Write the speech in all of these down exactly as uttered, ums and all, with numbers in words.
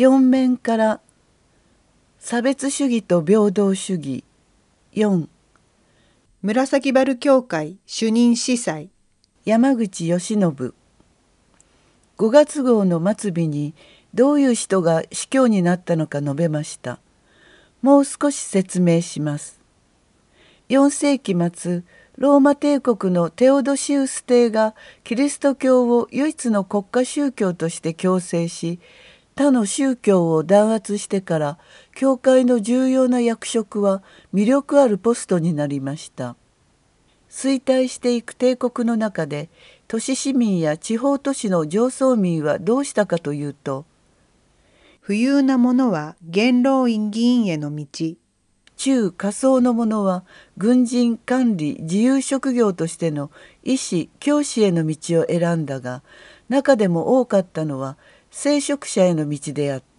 よん面から差別主義と平等主義。よん、 紫原教会主任司祭。 山口義信。ごがつ号の末尾にどういう人が司教になったのか述べました。もう少し説明します。よん世紀末、ローマ帝国のテオドシウス帝がキリスト教を唯一の国家宗教として強制し、他の宗教を弾圧してから教会の重要な役職は魅力あるポストになりました。衰退していく帝国の中で都市市民や地方都市の上層民はどうしたかというと、 富裕な者は元老院議員への道、 中下層の者は軍人管理自由職業としての医師教師への道を選んだが、中でも多かったのは聖職者への道であった。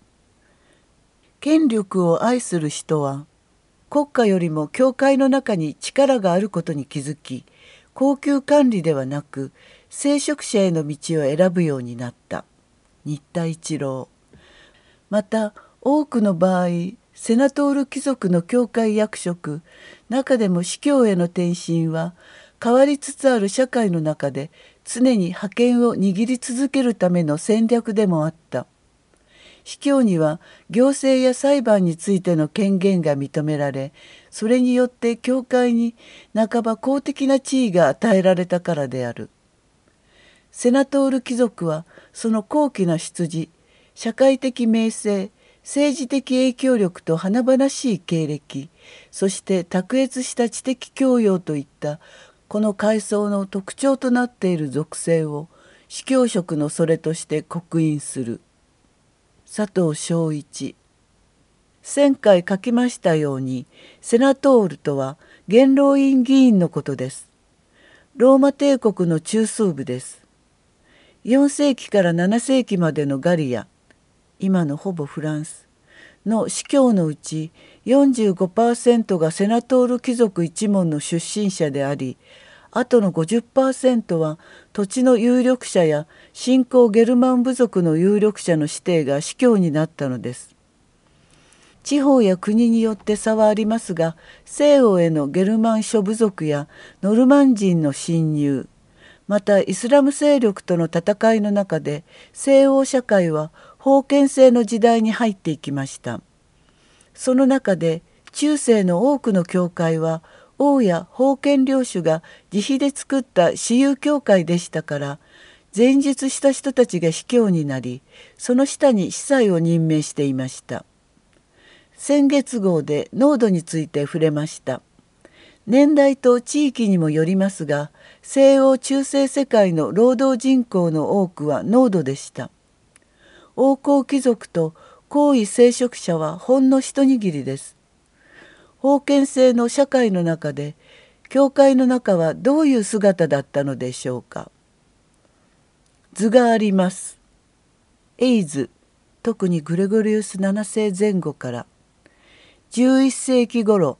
権力を愛する人は国家よりも教会の中に力があることに気づき、高級管理ではなく聖職者への道を選ぶようになった。新田一郎。また多くの場合、セナトール貴族の教会役職、中でも司教への転身は変わりつつある社会の中で常に覇権を握り続けるための戦略でもあった。司教には行政や裁判についての権限が認められ、それによって教会に半ば公的な地位が与えられたからである。セナトール貴族はその高貴な出自、社会的名声、政治的影響力と華々しい経歴、そして卓越した知的教養といったこの階層の特徴となっている属性を司教職のそれとして刻印する。佐藤正一。前回書きましたように、セナトールとは元老院議員のことです。ローマ帝国の中枢部です。よん世紀からなな世紀までのガリア、今のほぼフランスの司教のうち よんじゅうごパーセント がセナトール貴族一門の出身者であり、あとの ごじゅっパーセント は土地の有力者や新興ゲルマン部族の有力者の指定が司教になったのです。地方や国によって差はありますが、西欧へのゲルマン諸部族やノルマン人の侵入、またイスラム勢力との戦いの中で西欧社会は封建制の時代に入っていきました。その中で中世の多くの教会は王や封建領主が自費で作った私有教会でしたから、前述した人たちが司教になり、その下に司祭を任命していました。先月号で濃度について触れました。年代と地域にもよりますが、西欧中世世界の労働人口の多くは濃度でした。王侯貴族と高位聖職者はほんの一握りです。封建制の社会の中で、教会の中はどういう姿だったのでしょうか。図があります。エイズ、特にグレゴリウスなな世前後からじゅういっ世紀頃、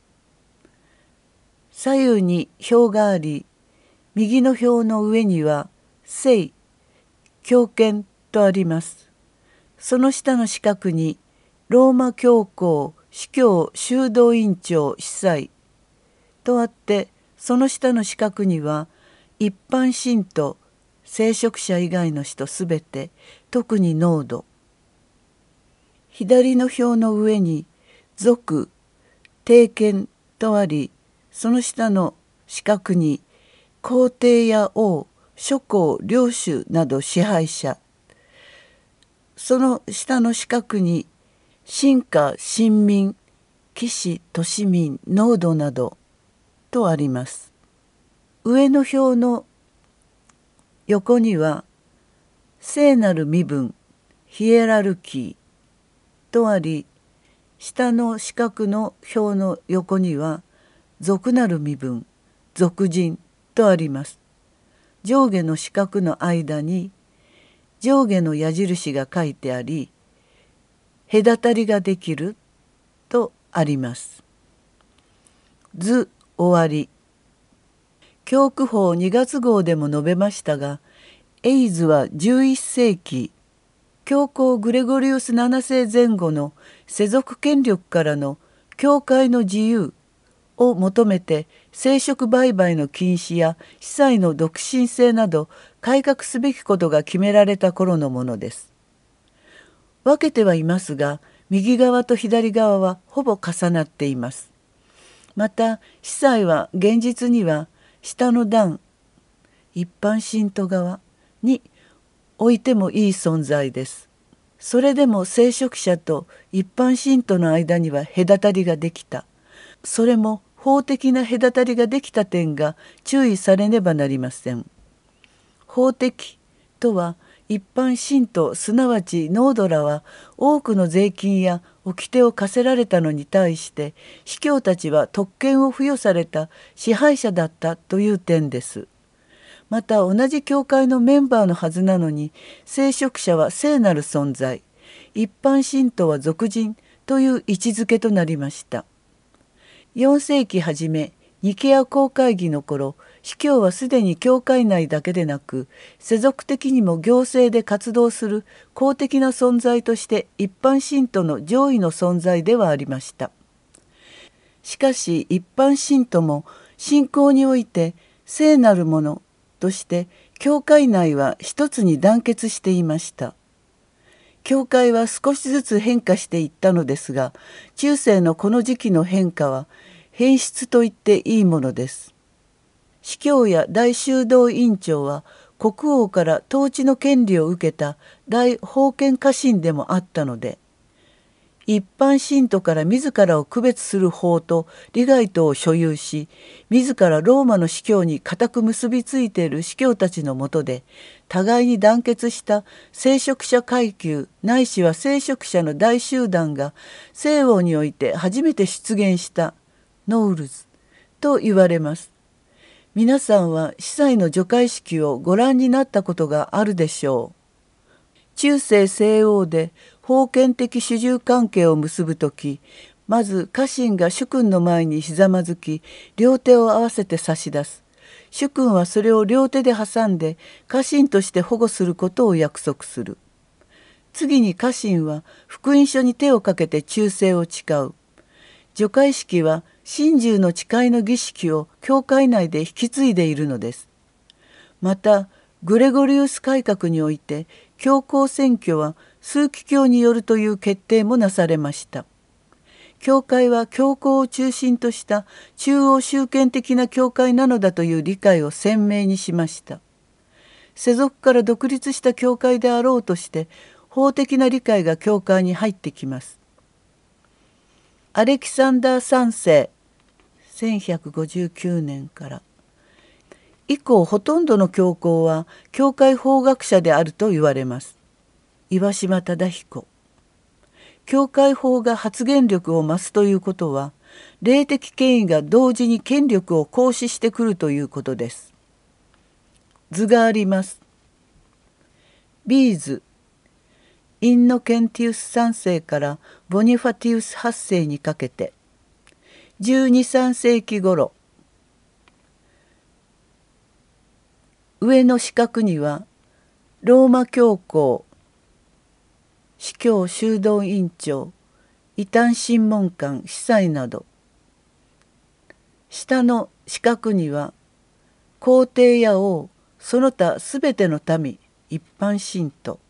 左右に表があり、右の表の上には聖、教憲とあります。その下の四角にローマ教皇、司教、修道院長、司祭とあって、その下の四角には一般信徒、聖職者以外の人すべて、特に濃度。左の表の上に属、定権とあり、その下の四角に皇帝や王、諸侯、領主など支配者、その下の四角に臣下、臣民、騎士、都市民、農奴などとあります。上の表の横には聖なる身分、ヒエラルキーとあり、下の四角の表の横には俗なる身分、俗人とあります。上下の四角の間に上下の矢印が書いてあり、隔たりができるとあります。図終わり。教区法にがつ号でも述べましたが、エイズはじゅういっ世紀、 教皇グレゴリウスななせいぜん後の世俗権力からの教会の自由を求めて聖職売買の禁止や司祭の独身性など改革すべきことが決められた頃のものです。分けてはいますが、右側と左側はほぼ重なっています。また司祭は現実には下の段、一般信徒側においてもいい存在です。それでも聖職者と一般信徒の間には隔たりができた。それも法的な隔たりができた点が注意されねばなりません。法的とは一般信徒すなわちノードらは多くの税金や掟を課せられたのに対して司教たちは特権を付与された支配者だったという点です。また同じ教会のメンバーのはずなのに聖職者は聖なる存在、一般信徒は俗人という位置づけとなりました。よんせいき初めニケア公会議の頃、司教はすでに教会内だけでなく世俗的にも行政で活動する公的な存在として一般信徒の上位の存在ではありました。しかし一般信徒も信仰において聖なるものとして教会内は一つに団結していました。教会は少しずつ変化していったのですが、中世のこの時期の変化は変質と言っていいものです。司教や大修道院長は国王から統治の権利を受けた大封建家臣でもあったので、一般信徒から自らを区別する法と利害等を所有し、自らローマの司教に固く結びついている司教たちのもとで、互いに団結した聖職者階級ないしは聖職者の大集団が西欧において初めて出現したノールズと言われます。皆さんは司祭の除会式をご覧になったことがあるでしょう。中世西欧で封建的主従関係を結ぶとき、まず家臣が主君の前にひざまずき、両手を合わせて差し出す。主君はそれを両手で挟んで家臣として保護することを約束する。次に家臣は福音書に手をかけて忠誠を誓う。除会式は神従の誓いの儀式を教会内で引き継いでいるのです。またグレゴリウス改革において教皇選挙は枢機卿によるという決定もなされました。教会は教皇を中心とした中央集権的な教会なのだという理解を鮮明にしました。世俗から独立した教会であろうとして法的な理解が教会に入ってきます。アレキサンダーさんせいせんひゃくごじゅうきゅうねんから以降ほとんどの教皇は教会法学者であると言われます。岩島忠彦。教会法が発言力を増すということは、霊的権威が同時に権力を行使してくるということです。図があります。ビーズ、インノケンティウスさんせいからボニファティウスはっせいにかけて、じゅうに、さんせいき頃、上の四角にはローマ教皇、司教修道院長、異端審問官、司祭など、下の四角には皇帝や王、その他すべての民、一般信徒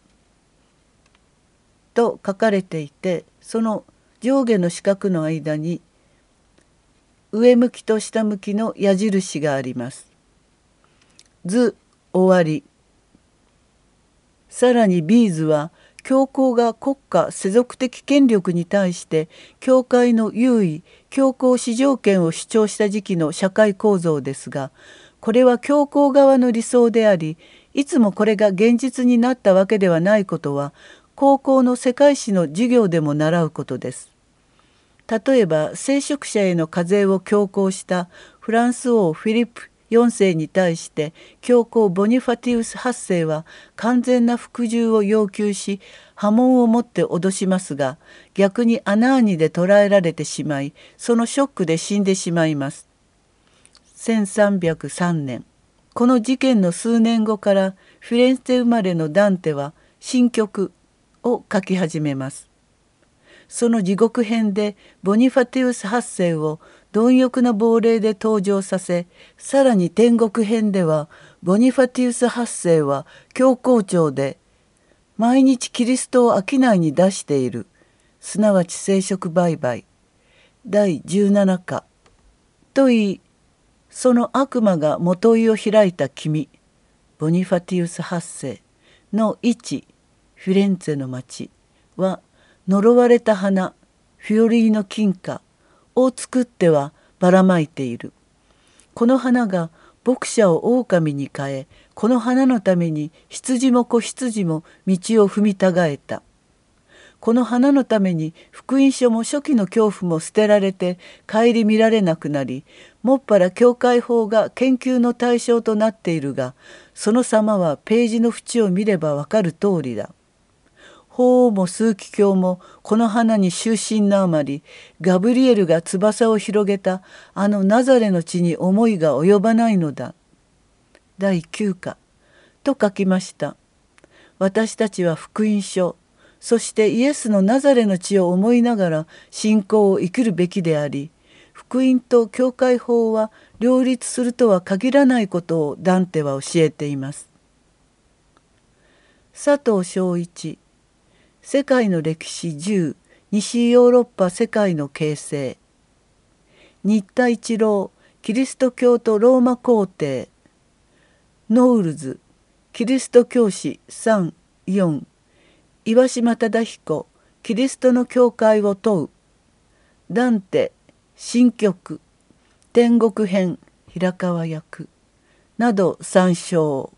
と書かれていて、その上下の四角の間に上向きと下向きの矢印があります。図終わり。さらにビーズは教皇が国家世俗的権力に対して教会の優位教皇至上権を主張した時期の社会構造ですが、これは教皇側の理想であり、いつもこれが現実になったわけではないことは高校の世界史の授業でも習うことです。例えば聖職者への課税を強行したフランス王フィリップよんせいに対して教皇ボニファティウスはっせいは完全な服従を要求し波紋を持って脅しますが、逆にアナーニで捕らえられてしまい、そのショックで死んでしまいます。せんさんびゃくさんねん、この事件の数年後からフィレンツェ生まれのダンテは新曲を書き始めます。その地獄編でボニファティウスはっせいを貪欲な亡霊で登場させ、さらに天国編ではボニファティウスはっせいは教皇庁で毎日キリストを商いに出している、すなわち聖職売買だいじゅうななかと言い、その悪魔が元井を開いた君ボニファティウスはっせいの位置フィレンツェの町は呪われた花フィオリーノ金貨を作ってはばらまいている。この花が牧者を狼に変え、この花のために羊も子羊も道を踏みたがえた。この花のために福音書も初期の恐怖も捨てられて顧みられなくなり、もっぱら教会法が研究の対象となっているが、その様はページの縁を見ればわかる通りだ。法王も枢機卿もこの花に終身のあまり、ガブリエルが翼を広げたあのナザレの地に思いが及ばないのだ。だいきゅうかと書きました。私たちは福音書、そしてイエスのナザレの地を思いながら信仰を生きるべきであり、福音と教会法は両立するとは限らないことをダンテは教えています。佐藤正一、世界の歴史じゅう、西ヨーロッパ世界の形成。新田一郎、キリスト教とローマ皇帝。ノウルズ、キリスト教史さん、よん。岩島忠彦、キリストの教会を問う。ダンテ、新曲、天国編、平川役。など参照。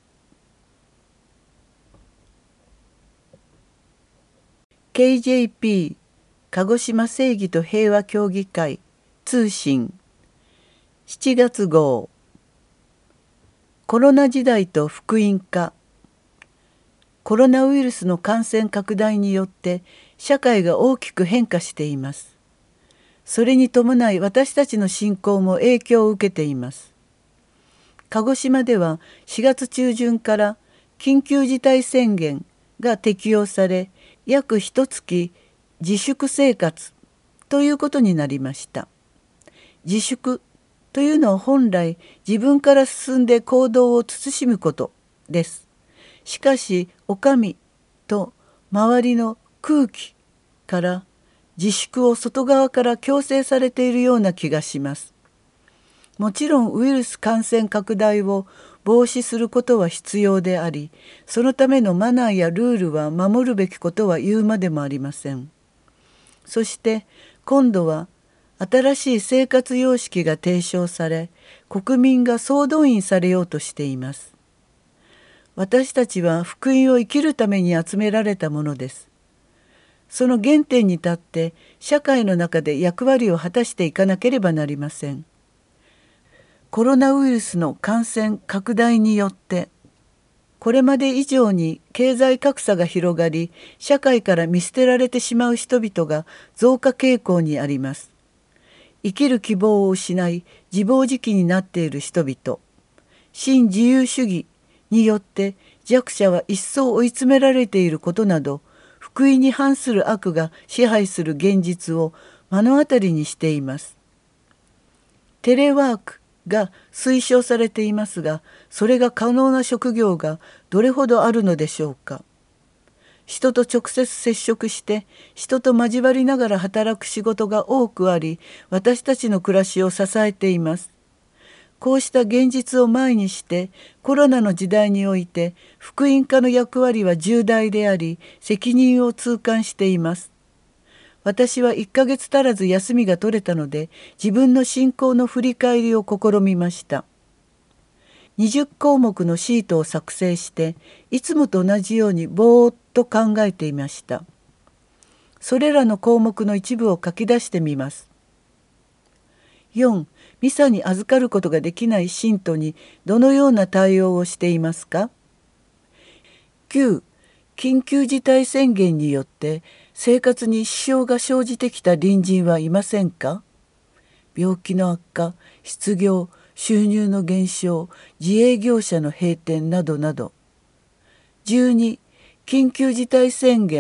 ケージェーピー 鹿児島正義と平和協議会通信しちがつ号。コロナ時代と福音化。コロナウイルスの感染拡大によって社会が大きく変化しています。それに伴い私たちの信仰も影響を受けています。鹿児島ではしがつ中旬から緊急事態宣言が適用され、約ひとつき自粛生活ということになりました。自粛というのは本来自分から進んで行動を慎むことです。しかしお上と周りの空気から自粛を外側から強制されているような気がします。もちろんウイルス感染拡大を防止することは必要であり、そのためのマナーやルールは守るべきことは言うまでもありません。そして今度は新しい生活様式が提唱され、国民が総動員されようとしています。私たちは福音を生きるために集められたものです。その原点に立って社会の中で役割を果たしていかなければなりません。コロナウイルスの感染拡大によってこれまで以上に経済格差が広がり、社会から見捨てられてしまう人々が増加傾向にあります。生きる希望を失い自暴自棄になっている人々、新自由主義によって弱者は一層追い詰められていることなど、福音に反する悪が支配する現実を目の当たりにしています。テレワークが推奨されていますが、それが可能な職業がどれほどあるのでしょうか。人と直接接触して人と交わりながら働く仕事が多くあり、私たちの暮らしを支えています。こうした現実を前にしてコロナの時代において福音化の役割は重大であり、責任を痛感しています。私はいっかげつ足らず休みが取れたので、自分の信仰の振り返りを試みました。にじゅっこうもくのシートを作成して、いつもと同じようにぼーっと考えていました。それらの項目の一部を書き出してみます。よん、ミサに預かることができない信徒にどのような対応をしていますか。きゅう、緊急事態宣言によって生活に支障が生じてきた隣人はいませんか。病気の悪化、失業、収入の減少、自営業者の閉店などなど。じゅうに、緊急事態宣言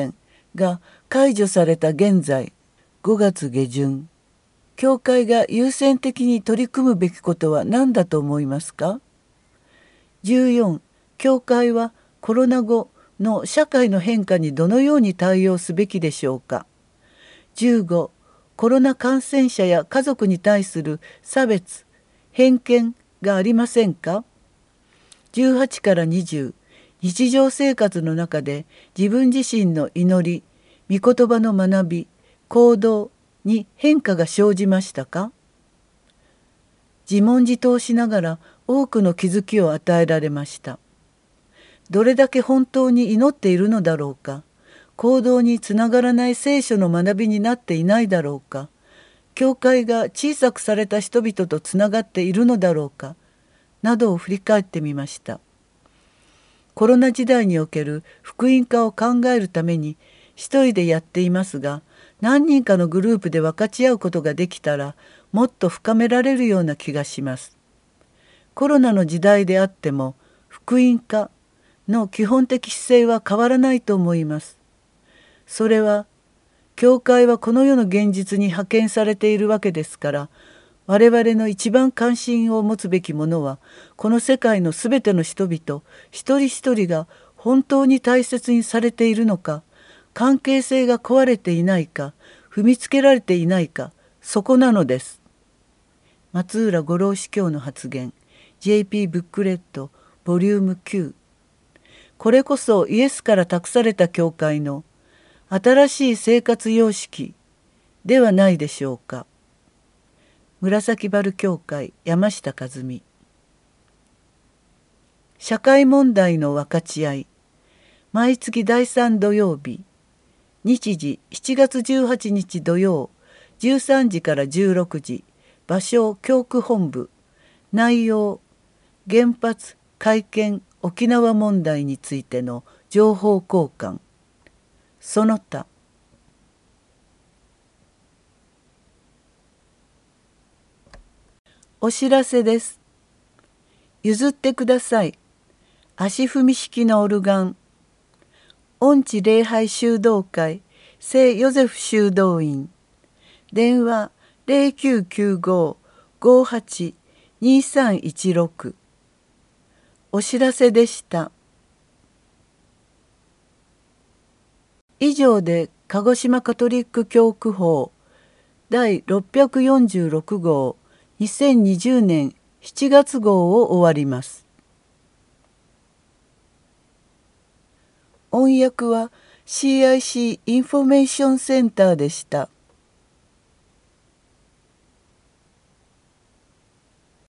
が解除された現在、ごがつげじゅん、教会が優先的に取り組むべきことは何だと思いますか？じゅうよん、教会はコロナ後の社会の変化にどのように対応すべきでしょうか？じゅうご、コロナ感染者や家族に対する差別、偏見がありませんか？じゅうはちからにじゅう、日常生活の中で自分自身の祈り、御言葉の学び、行動に変化が生じましたか？自問自答しながら多くの気づきを与えられました。どれだけ本当に祈っているのだろうか、行動につながらない聖書の学びになっていないだろうか、教会が小さくされた人々とつながっているのだろうか、などを振り返ってみました。コロナ時代における福音化を考えるために一人でやっていますが、何人かのグループで分かち合うことができたらもっと深められるような気がします。コロナの時代であっても福音化の基本的姿勢は変わらないと思います。それは教会はこの世の現実に派遣されているわけですから、我々の一番関心を持つべきものは、この世界のすべての人々一人一人が本当に大切にされているのか、関係性が壊れていないか、踏みつけられていないか、そこなのです。松浦五郎司教の発言、ジェイピー ブックレットボリュームきゅう。これこそイエスから託された教会の新しい生活様式ではないでしょうか。紫原教会山下和美。社会問題の分かち合い、毎月だいさん土曜日、日時しちがつじゅうはちにち土曜、じゅうさんじからじゅうろくじ、場所教区本部、内容原発改憲沖縄問題についての情報交換、その他。お知らせです。譲ってください。足踏み式のオルガン。恩地礼拝修道会聖ヨゼフ修道院。電話 ゼロきゅうきゅうご ごはち にさんいちろく。お知らせでした。以上で鹿児島カトリック教区法第ろっぴゃくよんじゅうろくごうにせんにじゅうねんしちがつごうを終わります。音訳は シーアイシー インフォメーションセンターでした。